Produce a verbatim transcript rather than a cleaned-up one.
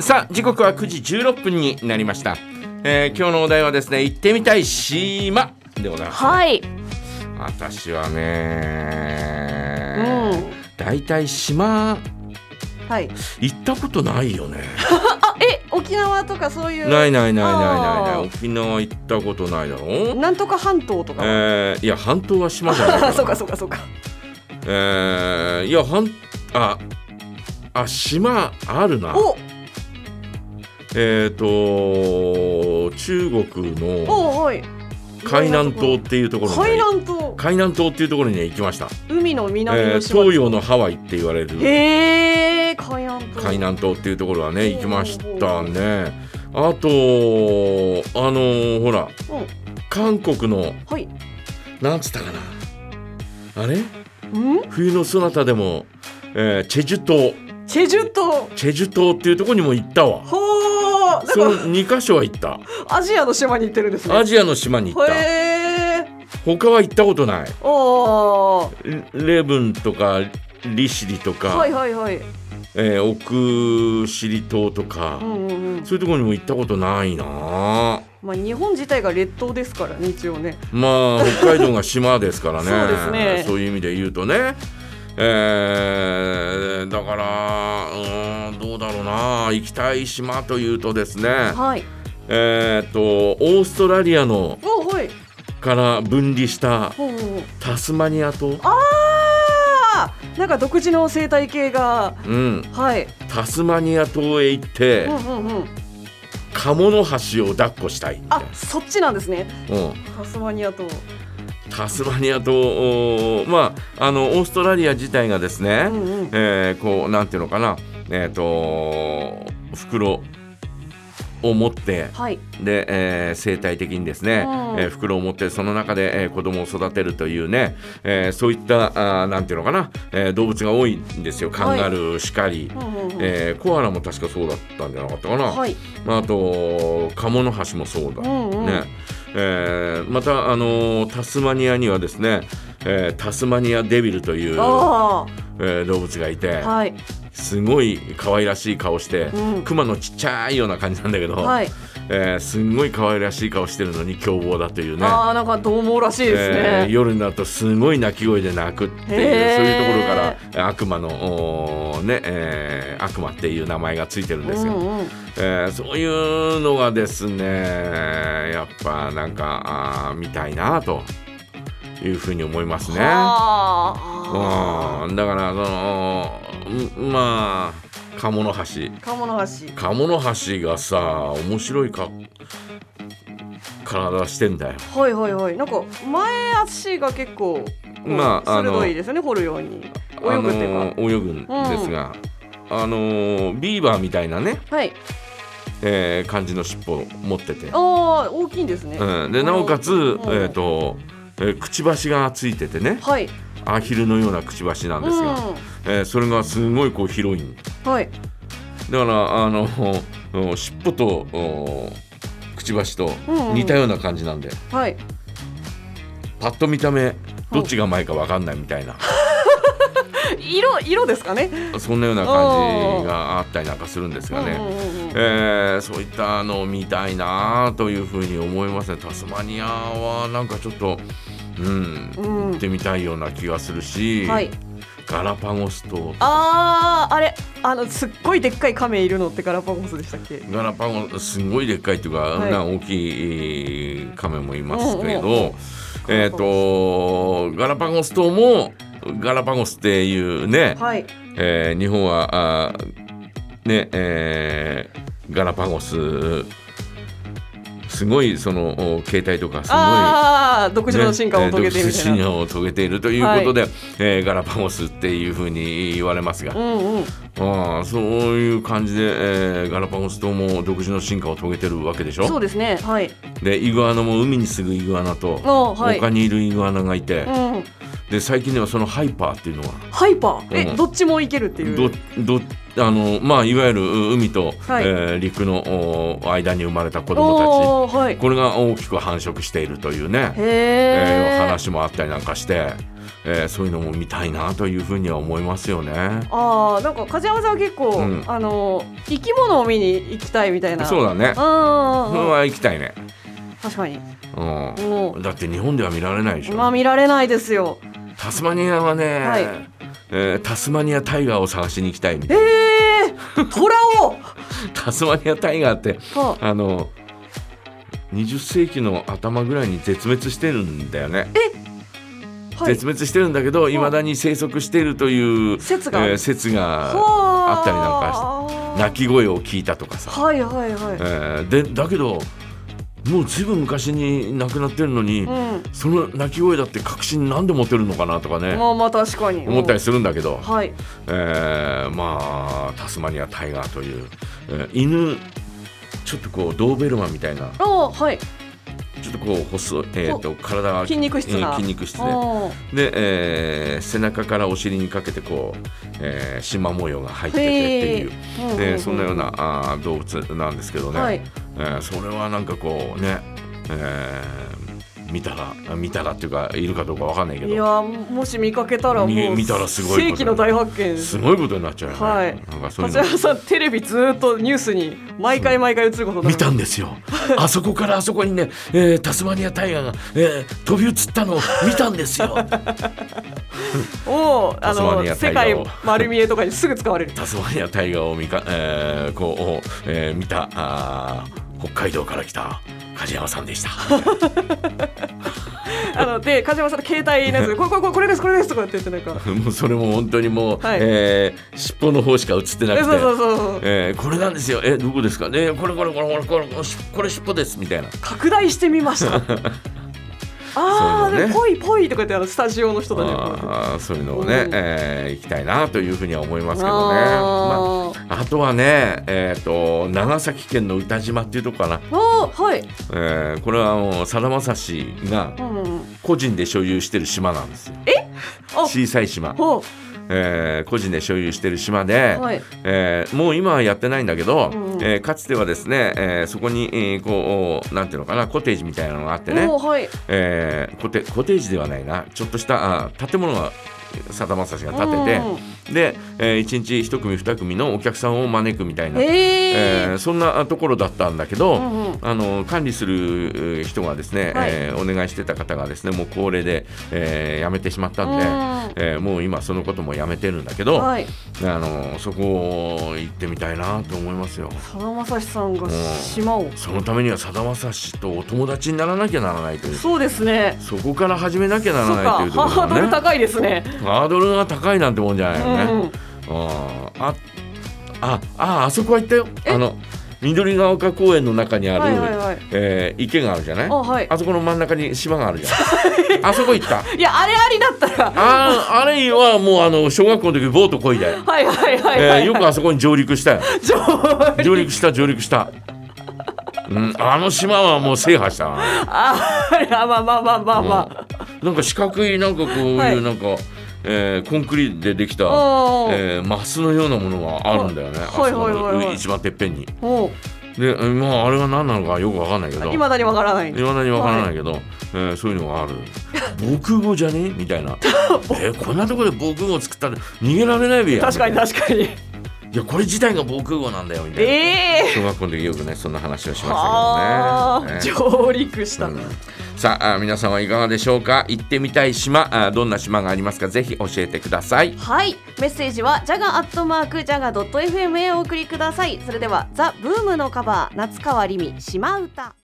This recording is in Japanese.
さあ時刻はくじじゅうろっぷんになりました、えー、今日のお題はですね、行ってみたい島でございます、ね、 はい。 私はね、うん、だいたい島、はい、行ったことないよねあ、え、沖縄とかそういう。 ないないないないないない。沖縄行ったことないだろ。 なんとか半島とか、 えー、いや半島は島じゃないかなそうかそうかそうか。 えー、いや半ああ島あるな。おえっ、ー、と中国の海南島っていうところに、 海南島海南島っていうところに、ね、行きました。 海の南の島、えー、 東洋のハワイって言われるへー海南島海南島っていうところはね行きましたね。あとあのー、ほら、うん、韓国の、はい、なんつったかなあれ、うん、冬のそなたでも、えー、チェジュ島チェジュ島チェジュ島っていうところにも行ったわ。 ほーそのにカ所は行った。 アジアの島に行ってるんですね。 アジアの島に行った。へー他は行ったことない。 おレブンとか利尻とか、 はいはいはい、 えー、奥尻島とか、うんうんうん、そういうところにも行ったことないな。 まあ、日本自体が列島ですからね一応ね。 まあ北海道が島ですからねそうですね。 そういう意味で言うとね、えー、だからうーんどうだろうな。行きたい島というとですね、はい、えー、とオーストラリアのから分離したタスマニア島。 あーなんか独自の生態系が、 うんはい、 タスマニア島へ行って、うんうんうん、カモノハシを抱っこしたいみたいな。 あ、そっちなんですね、うん、タスマニア島タスマニア島、まあ、あのオーストラリア自体がですね、うんうん、えー、こうなんていうのかな、えー、と袋を持って、はい、で、えー、生態的にですね、うんえー、袋を持ってその中で、えー、子供を育てるというね、えー、そういったあなんていうのかな、えー、動物が多いんですよ。カンガルー、シカリ、はいえー、コアラも確かそうだったんじゃなかったかな、はいまあ、あとカモノハシもそうだ、うんうんねえー、また、あのー、タスマニアにはですね、えー、タスマニアデビルという、えー、動物がいて、はい、すごい可愛らしい顔して、うん、クマのちっちゃいような感じなんだけど、はいえー、すごい可愛らしい顔してるのに凶暴だというね。 あーなんか獰猛らしいですね、 えー、夜になるとすごい鳴き声で鳴くっていうそういうところから悪魔の、ねえー、悪魔っていう名前がついてるんですよ、うんうんえー、そういうのがですねやっぱなんかあ見たいなというふうに思いますね。うん、だからそのまあカモノハシカモノハシカモノハシがさ面白いか体してんだよ。 はいはいはい。なんか前足が結構、まあ、鋭いですよね。掘るように泳ぐっていうか、 泳ぐんですが、うん、あのビーバーみたいなね、はいえー、感じの尻尾を持ってて、 ああ大きいんですね、 うん、でなおかつ、うんえーとえー、くちばしがついててね、はいアヒルのようなくちばしなんですが、うんえー、それがすごいこう広い、はい、だからあの尻尾とくちばしと似たような感じなんで、うんうんはい、パッと見た目どっちが前か分かんないみたいな、 うん、色, 色ですかね。 そんなような感じがあったりなんかするんですがね、うんうんうんえー、そういったのを見たいなというふうに思いますね。タスマニアはなんかちょっとうん、行ってみたいような気がするし、はい、ガラパゴス島あーあれあのすっごいでっかいカメいるのってガラパゴスでしたっけ。 ガラパゴスすごいでっかいっていうか、はい、大きいカメもいますけど、うんうんうん、えーとガラパゴス島もガラパゴスっていうね、はいえー、日本はあねえー、ガラパゴスすごいその形態とかすごいあ独自の進化を遂げている、 ね、独自進化を遂げているということで、はいえー、ガラパゴスっていうふうに言われますが、うんうん、あそういう感じで、えー、ガラパゴス島も独自の進化を遂げてるわけでしょ。 そうですね、はい、 でイグアナも海にすぐイグアナと、はい、丘にいるイグアナがいて、うんで最近ではそのハイパーっていうのがハイパーえ、 うん、 どっちもいけるっていうどどあの、まあ、いわゆる海と、 はい、 えー、陸の間に生まれた子供たち、はい、これが大きく繁殖しているというね、えー、話もあったりなんかして、えー、そういうのも見たいなというふうには思いますよね。 あなんか梶山さんは結構、うん、あの生き物を見に行きたいみたいな。 そうだね。それは行きたいね。 確かに、 うん、だって日本では見られないでしょ。 まあ見られないですよ。 タスマニアはね、はい、えー、タスマニアタイガーを探しに行きたいみたいな。 えー、トラをタスマニアタイガーって、はあ、あのにじゅっせいきの頭ぐらいに絶滅してるんだよね。 え、はい、 絶滅してるんだけどいまだに生息しているという説が、えー、説があったりなんかして、鳴き声を聞いたとかさ、 はいはいはい、えー、でだけどもうずいぶん昔に亡くなってるのに、うん、その鳴き声だって確信なんで持てるのかなとかね、 まあまあ確かに思ったりするんだけど、 はい、 えー、まあタスマニアタイガーという、えー、犬ちょっとこうドーベルマンみたいな、 あ、はい、 ちょっとこう細、えー、と体が筋肉質な、 筋肉質で、で、えー、背中からお尻にかけてこう、えー、縞模様が入っててっていう、でそんなようなあ動物なんですけどね、はい、えー、それはなんかこうね、えー、見たら見たらっていうかいるかどうかわかんないけど、 いやもし見かけたらもう見たらすごい世紀の大発見、 すごいことになっちゃうよね。 はい、なんかそういうの梶原さんテレビずっとニュースに毎回毎回映ることになる。 見たんですよあそこからあそこにね、えー、タスマニアタイガーが、えー、飛び移ったのを見たんですよもうあの世界丸見えとかにすぐ使われるタスマニアタイガーを見か、えー、こう、えー、見たあ北海道から来た梶山さんでしたあので梶山さんの携帯のやつこれこれこれですこれですとかって言ってなんかもうそれも本当にもう、はい、えー、尻尾の方しか映ってなくて、 そうそうそう、 えー、これなんですよ、えどこですかね、これこれこれこれこれこれ尻尾ですみたいな、 拡大してみましたああ、ね、ぽいぽいとかってあのスタジオの人たちあそういうのをね、うん、えー、行きたいなというふうには思いますけどね。あ,、まあ、あとはね、えー、と長崎県の歌島っていうとこかな、 あ、はい、 えー、これはもうさだまさしが個人で所有してる島なんですよ。 え小さい島、えー、個人で所有してる島で、はい、えー、もう今はやってないんだけど、うん、えー、かつてはですね、えー、そこに、えー、こうなんていうのかな、コテージみたいなのがあってね、はい、えー、コテ、コテージではないな、ちょっとしたあ建物がさだまさしが建てて、うん、で、えー、いちにちいち組に組のお客さんを招くみたいな、えーえー、そんなところだったんだけど、うんうん、あの管理する人がですね、はい、えー、お願いしてた方がですねもう高齢で、えー、辞めてしまったんで、うん、えー、もう今そのこともやめてるんだけど、はい、あのそこ行ってみたいなと思いますよ。 さだまさしさんが島を、 うん、そのためにはさだまさしとお友達にならなきゃならないという、 そうですね、 そこから始めなきゃならないというところがね、 ハードル高いですね。 ハードルが高いなんてもんじゃないよね、うんうん、ああああそこは行ったよ、あの緑が丘公園の中にある、はいはいはい、えー、池があるじゃない、 あ,、はい、あそこの真ん中に島があるじゃんあそこ行った。 いやあれありだったらああれはもうあの小学校の時ボート漕いで、 はいはいはい、はい、 えー、よくあそこに上陸したよ上陸上陸した上陸したうん、あの島はもう制覇したなああまあまあまあまあまあ、 うん、なんか四角いなんかこういうなんか、はい、えー、コンクリでできた、えー、マスのようなものがあるんだよね、はいはいはいはい、一番てっぺんに。で、まあ、あれが何なのかよく分かんないけど、 いまだに分からないいまだに分からないけど、はい、えー、そういうのがある防空壕じゃねみたいなえー、こんなところで防空壕作ったら逃げられないべや。 確かに確かに、 いやこれ自体が防空壕なんだよみたいな、えー、小学校の時よくねそんな話をしましたけどね、 上陸した、うん、 さあ皆さんはいかがでしょうか。行ってみたい島、あどんな島がありますか、ぜひ教えてください。 はい、メッセージはジャガアットマークジャガドットエフエムへお送りください。それではザ・ブームのカバー、夏川りみ島唄。